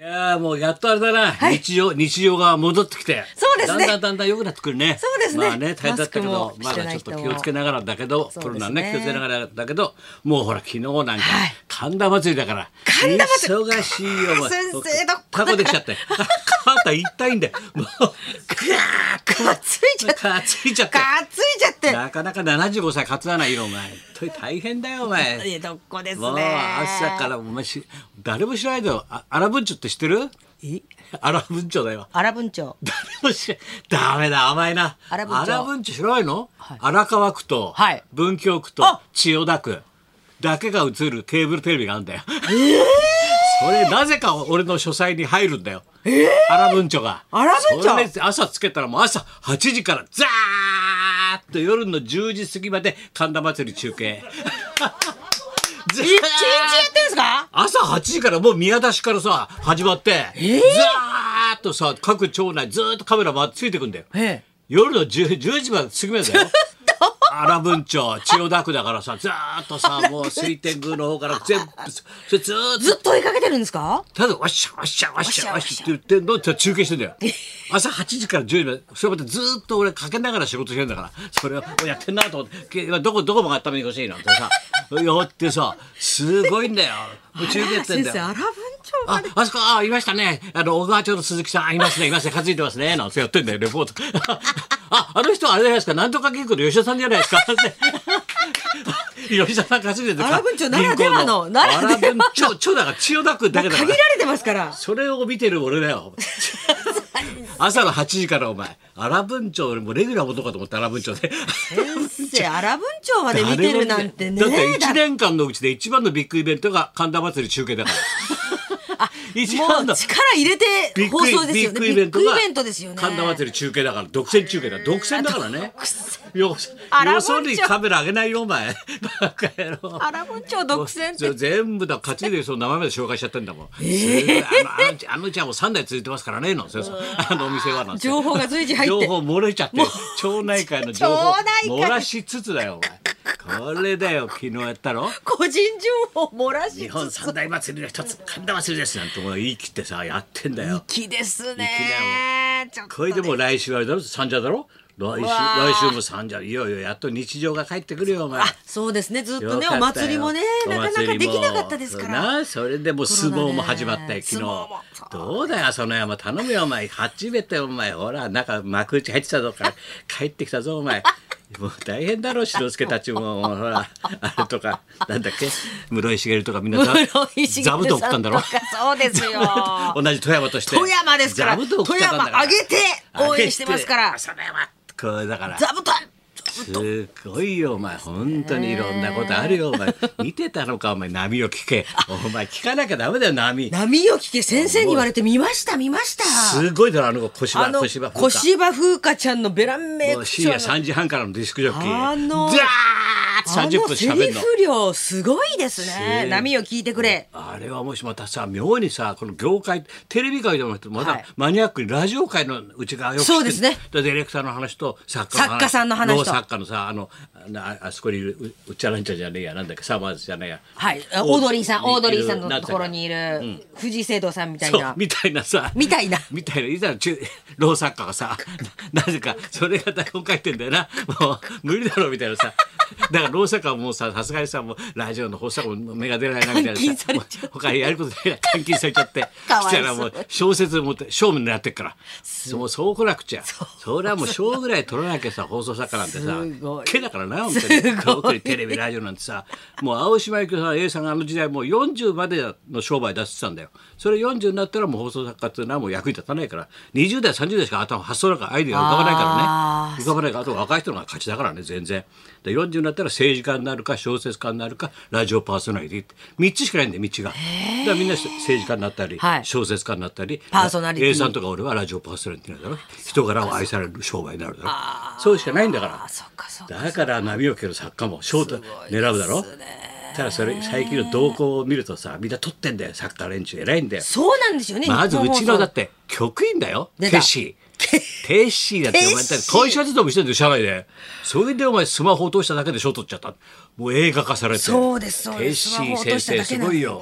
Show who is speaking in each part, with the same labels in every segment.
Speaker 1: やーもうやっとあれだな、日常が戻ってきて、
Speaker 2: そうですね
Speaker 1: だんだん良くなってくるね。
Speaker 2: そうですね
Speaker 1: まあね、大変だったけど、
Speaker 2: マスクも
Speaker 1: まだちょっと
Speaker 2: してない人も
Speaker 1: 気をつけながらだけど、
Speaker 2: そうですね
Speaker 1: コロナね気をつけながらだけど、もうほら昨日なんか、
Speaker 2: はい
Speaker 1: 神田祭りだから
Speaker 2: 神田祭り
Speaker 1: 忙しいよ。もう
Speaker 2: 先生どこ
Speaker 1: タコできちゃって肩痛いんだよ。もう
Speaker 2: かついちゃって
Speaker 1: かついちゃって
Speaker 2: かついちゃって
Speaker 1: なかなか75歳担がないよお前。大変だよお前。
Speaker 2: いやどこですね。
Speaker 1: もう朝からお前誰も知らないだよ。荒文鳥って知ってる？荒文鳥だよ。
Speaker 2: 荒文鳥。
Speaker 1: 誰も知らダメだ甘いな。
Speaker 2: 荒文鳥
Speaker 1: 荒文鳥知らないの？荒川区と
Speaker 2: はい
Speaker 1: 文京区と
Speaker 2: あ
Speaker 1: 千代田区だけが映るケーブルテレビがあるんだよ。それなぜか俺の書斎に入るんだよ。荒文鳥が。
Speaker 2: 荒文鳥
Speaker 1: それで朝つけたらもう朝8時からザーッと夜の10時過ぎまで神田祭り中継。
Speaker 2: 一日やってんですか？
Speaker 1: 朝8時からもう宮出しからさ始まって、ザーッとさ各町内ずーっとカメラ回ってついてくんだよ。
Speaker 2: ええ
Speaker 1: 夜の 10時まで過ぎまでだよ。荒文鳥千代田区だからさザーッとさもう水天宮の方から全部それずーっと
Speaker 2: ずっと追いかけてるんですか？
Speaker 1: ただわっしゃわっしゃわっしゃわっしゃって言ってんのって中継してんだよ。朝8時から10時までそれまでずーっと俺かけながら仕事してんだからそれをやってんなと思ってどこ曲がっために欲しいなんてさやってさすごいんだよ。もう中継やってんだよ。
Speaker 2: 先生荒文鳥まで。
Speaker 1: あそこいましたね。小川町の鈴木さんいますね担いでますねなんてやってんだよレポート。あの人あれじゃないですかなんとか銀行の吉田さんじゃないですか。吉田さん担いでる
Speaker 2: 荒文鳥ならではのならではの
Speaker 1: 荒文鳥だから千代田区だけだから
Speaker 2: 限られてますから。
Speaker 1: それを見てる俺だよ。朝の8時からお前荒文鳥もレギュラーもどうかと思った荒文鳥で。
Speaker 2: 先生荒文鳥まで見てるなんてね。
Speaker 1: だって1年間のうちで一番のビッグイベントが神田祭り中継だから。一
Speaker 2: もう
Speaker 1: 番の
Speaker 2: 力入れて放送ですよね。
Speaker 1: ビッグイベントが
Speaker 2: ビッグイベントですよね。
Speaker 1: 神田祭り中継だから独占中継だ独占だからね。よ
Speaker 2: 荒文鳥
Speaker 1: そにカメラ上げないよお前。バカ野郎。
Speaker 2: 荒文鳥独占って
Speaker 1: 全部だ担いでその名前まで紹介しちゃってんだもん。すごいあのうちはもう3代続いてますからねなんですよ。あのお店はなんて
Speaker 2: 情報が随時入って
Speaker 1: 情報漏れちゃって町内会の情報
Speaker 2: 町内会
Speaker 1: 漏らしつつだよお前。これだよ昨日やったろ。
Speaker 2: 個人情報漏らしつつ
Speaker 1: 日本三大祭りの一つ神田祭りですなんてもう言い切ってさやってんだよ。
Speaker 2: 粋です
Speaker 1: 粋だ
Speaker 2: ね。ちょっと
Speaker 1: これでもう来週あれだろ三社だろ。来週も三社いよいよやっと日常が帰ってくるよお前。
Speaker 2: あ、そうですね。ずっとねお
Speaker 1: よかったよ
Speaker 2: 祭りもねなかなかできなかったですから。
Speaker 1: それでもう相撲も始まったよ昨日。
Speaker 2: 相撲も
Speaker 1: どうだよ朝乃山頼むよお前初めてお前ほら中幕内入ってたぞから帰ってきたぞお前。もう大変だろ志の輔たちもほらあれとかなんだっけ室井茂とかみんな座布団送ったんだろ。
Speaker 2: そうですよ。
Speaker 1: 同じ富山として
Speaker 2: 富山ですから。
Speaker 1: 座布団送っ
Speaker 2: 富
Speaker 1: たんだから
Speaker 2: 山上げて応援してますから。
Speaker 1: 朝乃山これだから
Speaker 2: 座布団。
Speaker 1: すごいよお前本当にいろんなことあるよお前見てたのかお前波を聞けお前聞かなきゃダメだよ波
Speaker 2: を聞け先生に言われて見ました。
Speaker 1: すごいだろあの小芝
Speaker 2: 風花ちゃんのベランメイク
Speaker 1: 深夜3時半からのディスクジョッキーザーッと30分
Speaker 2: セ
Speaker 1: 喋るの
Speaker 2: リフ量すごいですね。波を聞いてくれ。
Speaker 1: あれはもしまたさ妙にさこの業界テレビ界でもまだマニアックにラジオ界の内側よく知ってる。
Speaker 2: そうですね。
Speaker 1: ディレクターの話と作
Speaker 2: 家さんの話と
Speaker 1: 作家のさあそこにいるうっちゃらんちゃじゃねえやなんだっけサマーズじゃねえや
Speaker 2: はいオードリーさんのところにいる藤井聖堂さんみたいな
Speaker 1: みたいなさ
Speaker 2: みたいな
Speaker 1: いざ老作家がさなぜかそれが台本書いてんだよなもう無理だろみたいなさだから老作家はもうさすがにさもうラジオの放送も目が出ないなみたいな
Speaker 2: 監禁されちゃう
Speaker 1: 他にやることないな監禁されちゃって
Speaker 2: かわいそう
Speaker 1: したらもう小説持って賞も狙ってっからそう来なくちゃそれはもう賞ぐらい取らなきゃさ放送作家なんてさ毛だからな本当に特にテレビラジオなんてさもう青島由紀夫さん A さんがあの時代もう40までの商売出してたんだよ。それ40になったらもう放送作家っていうのはもう役に立たないから20代30代しか発想なんかアイデアが浮かばないからね浮かばないからあと若い人のが勝ちだからね全然で40になったら政治家になるか小説家になるかラジオパーソナリティって3つしかないんだよ道がだからみんな政治家になったり、小説家になったり
Speaker 2: パーソナリティ
Speaker 1: A さんとか俺はラジオパーソナリティになるだろ人柄を愛される商売になるだろそうしかないんだからだから波を蹴る作家も賞と狙うだろただそれ最近の動向を見るとさみんな撮ってんだよサッカー連中偉いんだよ。
Speaker 2: そうなんですよね。
Speaker 1: まずうちのだって局員だよテッシーだってお前会社勤めしてんだよ社内でそれでお前スマホ落としただけで賞取っちゃったもう映画化されて
Speaker 2: そうです
Speaker 1: テッシー先生すごいよ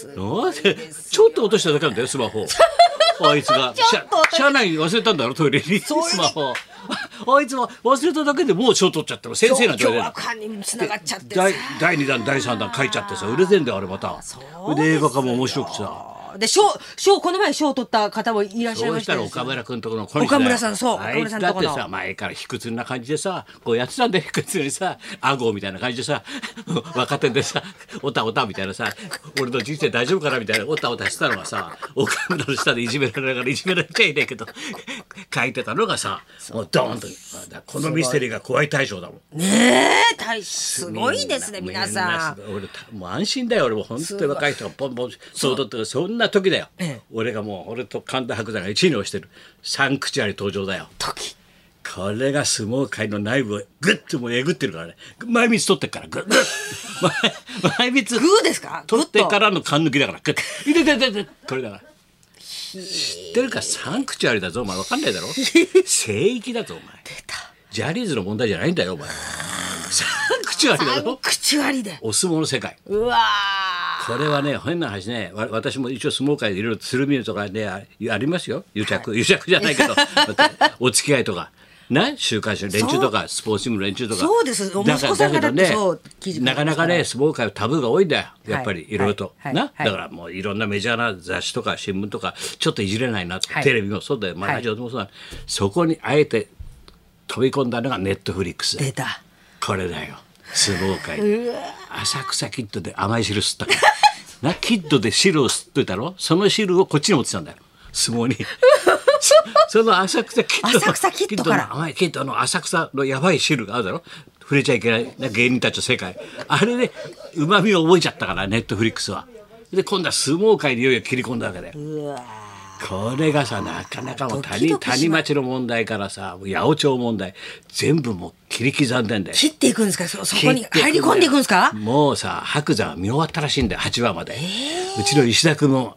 Speaker 1: なんでちょっと落としただけなんだよスマホ。あいつが車内に忘れたんだろトイレにスマホ。あいつは忘れただけでもう賞取っちゃったの。先生なんて言われ
Speaker 2: 凶悪犯に繋がっちゃって
Speaker 1: 第2弾第3弾書いちゃってさ売れてんだよあれまた。で映画化も面白くてさ。
Speaker 2: でこの前賞を取った方もいらっしゃいましたよ。
Speaker 1: そうしたら岡村君とこの
Speaker 2: 岡村さんそう
Speaker 1: あいつだってさ前から卑屈な感じでさこうやってたんだよ卑屈にさあごみたいな感じでさ若手でさおたおたみたいなさ俺の人生大丈夫かなみたいなおたおたしてたのがさ岡村の下でいじめられながらいじめられちゃいねえけど書いてたのがさもうドーンとこのミステリーが怖い大賞だもん。
Speaker 2: ねえすごいですね皆さん。
Speaker 1: 俺もう安心だよ俺も本当に若い人がポンポンそう取ってそんな時だよ、俺がもう俺と神田伯山が一位に推してるサンクチュアリ登場だよ。これが相撲界の内部をグッともうえぐってるからね。前蜜取ってっからグッ前蜜
Speaker 2: グーですか
Speaker 1: 取ってからの勘抜きだからグッいててててこれだから知ってるかサンクチュアリだぞお前分かんないだろ聖域だぞお前ジャニーズの問題じゃないんだよお前サンクチュアリだぞ。
Speaker 2: サンクチュアリで
Speaker 1: お相撲の世界。
Speaker 2: うわ
Speaker 1: これはね変な話ね私も一応相撲界でいろいろつるみとかねありますよ癒着じゃないけどお付き合いとかね週刊誌の連中とかスポーツ新聞の連中とか
Speaker 2: そうです息子さんがだってそう記事
Speaker 1: なかなかね相撲界はタブーが多いんだよやっぱり
Speaker 2: はい
Speaker 1: いろいろと、
Speaker 2: はい
Speaker 1: な、
Speaker 2: はい
Speaker 1: だからもういろんなメジャーな雑誌とか新聞とかちょっといじれないなと、
Speaker 2: はい
Speaker 1: テレビもそうだよ、まあ、ラジオでもそうだ、そこにあえて飛び込んだのがネットフリックス
Speaker 2: 出た
Speaker 1: これだよ相撲界浅草キッドで甘い汁吸ったからなキッドで汁を吸っといたろその汁をこっちに持ってたんだよ相撲にその浅草キッドの甘いキッドの浅草のやばい汁があるだろ触れちゃいけない芸人たちの世界あれでうまみを覚えちゃったからネットフリックスはで今度は相撲界にいよいよ切り込んだわけだよ。これがさなかなかもう谷町の問題からさ八百長問題全部もう切り刻んでんだよ。
Speaker 2: 切っていくんですかそこに入り込んでいくんですか。
Speaker 1: もうさ白山は見終わったらしいんだよ8話まで、うちの石田君も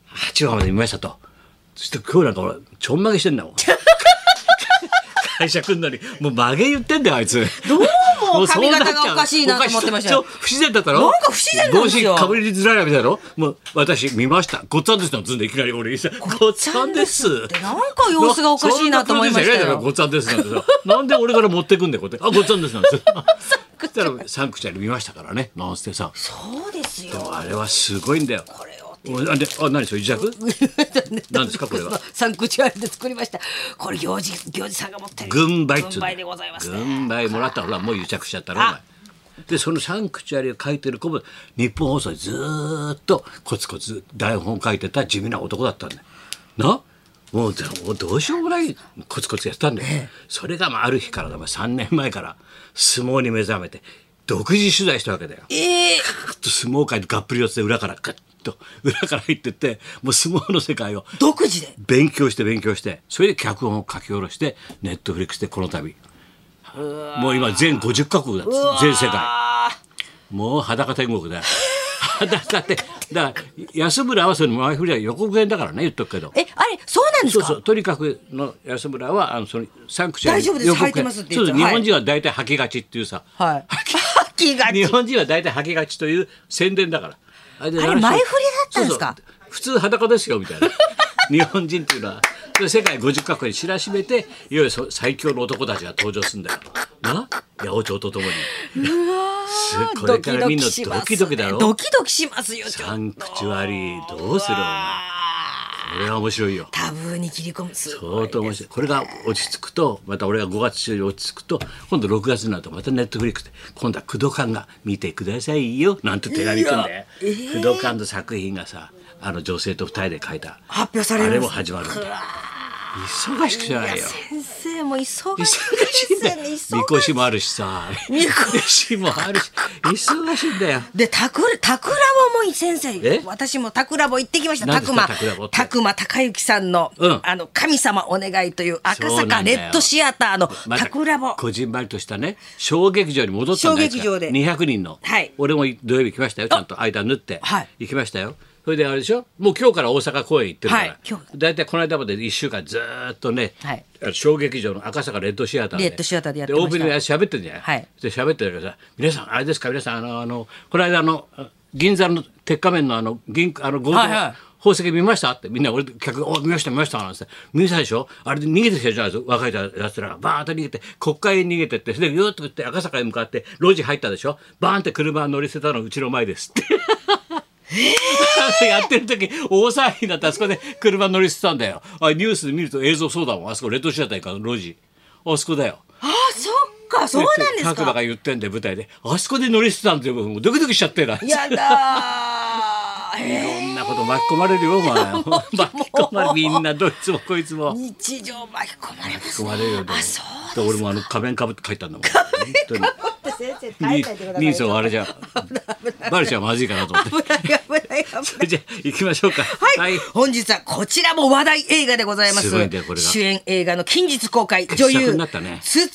Speaker 1: 8話まで見ましたと。そして今日なんか俺ちょんまげしてんだもん会社来んのにもう曲げ言ってんだよあいつ。
Speaker 2: どうも髪型がおかしいなと思ってましたよ。
Speaker 1: 不自然だったろ。
Speaker 2: なんか不自然なんですよ。
Speaker 1: 帽子かぶりづらいわけだろ。もう私見ました。ごっつぁんですのずんでいきなり俺にさごっつぁんです。
Speaker 2: なんか様子がおかしいなと思いましたよ。
Speaker 1: ごっつぁんですなんてさなんで俺から持ってくんだよこうやってあごっつぁんですなんて。そしたらサンクチュアリ見ましたからねなんつってさ。
Speaker 2: そうですよ。
Speaker 1: でもあれはすごいんだよ。
Speaker 2: これを
Speaker 1: 何それ自宅何ですかこれは。
Speaker 2: サンクチュアリで作りました。これ行司さんが持ってる
Speaker 1: 軍配
Speaker 2: でございますね。
Speaker 1: 軍配もらったほらもう癒着しちゃったろお前。でそのサンクチュアリを書いてる子も日本放送でずーっとコツコツ台本書いてた地味な男だったんだよな。もうどうしようもないコツコツやってたんだよ、それがまあある日から3年前から相撲に目覚めて独自取材したわけだよ。ぐっと相撲界とがっぷり四つで裏からグッと裏から入ってってもう相撲の世界を
Speaker 2: 独自で
Speaker 1: 勉強してそれで脚本を書き下ろしてネットフリックスでこの度もう今全50カ国だ全世界もう裸天国だよ裸ってだから安村はその前振りは予告編だからね言っとくけど
Speaker 2: あれそうなんですか。
Speaker 1: そうとにかくの安村はそのサンクチュアリ
Speaker 2: 大丈夫です履いてますって言って
Speaker 1: 日本人は大体履きがちっていうさ、
Speaker 2: はい履きがち
Speaker 1: 日本人は大体履きがちという宣伝だから
Speaker 2: あれ前振りだったんですか。
Speaker 1: そう普通裸ですよみたいな日本人っていうのは世界50カ国に知らしめていよいよ最強の男たちが登場するんだよな八百長とともに。これからみんなドキドキだろ。
Speaker 2: ドキドキしますよ。
Speaker 1: サンクチュアリどうするお前これは面白いよ。
Speaker 2: タブーに切り込む
Speaker 1: 相当面白い。これが落ち着くとまた俺が5月中に落ち着くと今度6月になるとまたネットフリックスで今度は工藤官が見てくださいよなんて手紙来るんだよ、工藤官の作品がさ女性と2人で書いた
Speaker 2: 発表される
Speaker 1: あれも始まるんだよ。忙しくじゃないよ。
Speaker 2: 先生も忙しい
Speaker 1: しいんだよ。みこしもあるしさみこしもあるし忙しいんだよ。
Speaker 2: でタクラボも先生私もタクラボ行ってきました。拓磨孝之さんの、神様お願いという赤坂レッドシアターのタクラボ、
Speaker 1: こじんまりとしたね小劇場に戻ったんだよ。
Speaker 2: 小劇場で
Speaker 1: 200人の、俺も土曜日来ましたよちゃんと間縫って行きましたよ。それであれでしょもう今日から大阪公演行ってるから、だいたいこの間まで1週間ずーっとね、小劇場の赤坂レッドシアターで
Speaker 2: やってました。で
Speaker 1: オープニングで喋ってるんじゃない、で喋ってるからさ皆さんあれですか皆さんこの間銀座の鉄仮面の強盗、宝石見ましたってみんな俺客見ましたなんて見たでしょ。あれで逃げてきたじゃないですか、若いやつらがバーンと逃げて国会に逃げてって、それでぐーっとって赤坂へ向かって路地入ったでしょ。バーンって車乗り捨てたのうちの前ですってやってる時大騒ぎになってあそこで車乗り捨てたんだよ。ニュースで見ると映像そうだもん。あそこレッドシアターか路地、あそこだよ。
Speaker 2: そっか、そうなんですか。
Speaker 1: 白馬が言ってんで舞台であそこで乗り捨てたんでもうドキドキしちゃってな。
Speaker 2: やだ
Speaker 1: いろんなこと巻き込まれるよお前巻き込まれる、みんなどいつもこいつも
Speaker 2: 日常巻き込まれますね。
Speaker 1: 巻き込まれるよ。
Speaker 2: そう
Speaker 1: 俺も仮面かぶって帰ったんだもん。
Speaker 2: 先生帰ってください。
Speaker 1: ニースをあれじゃバレちゃまずいかなと思って。それじゃ行きましょうか。
Speaker 2: はい、本日はこちらも話題映画でございます。
Speaker 1: すごいんだよこれが。
Speaker 2: 主演映画の近日公開、女優筒井真理子さんが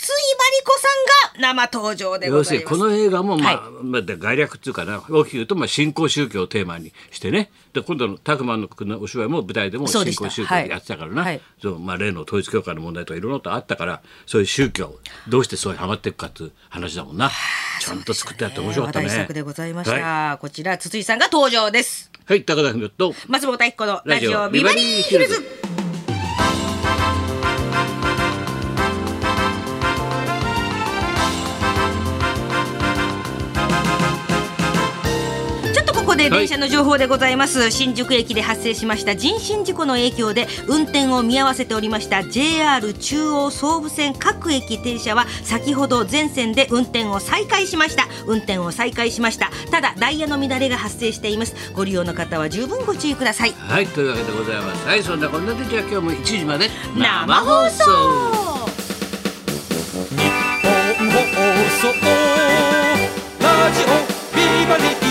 Speaker 2: 生登場でございます。
Speaker 1: 要するにこの映画も概略っていうかな、大きく言うと新興宗教をテーマにしてね。で今度の拓磨のお芝居も舞台でも新興宗教やってたからな。例の統一教会の問題とかいろんなことあったから、そういう宗教どうしてそういうハマっていくかっていう話だもんな。ちゃんと作ってやって面白かったね。
Speaker 2: 話題作でございました。こちら筒井さんが登場です。
Speaker 1: はい、高田文夫と
Speaker 2: 松本明子のラジオビバリーヒルズ。電車の情報でございます。新宿駅で発生しました人身事故の影響で運転を見合わせておりました JR 中央総武線各駅停車は先ほど全線で運転を再開しました。ただダイヤの乱れが発生しています。ご利用の方は十分ご注意ください。
Speaker 1: はい、というわけでございます。はい、そんなこんなでじゃあ今日も1時まで
Speaker 2: 生放送。
Speaker 3: 日本放送ラジオビバリー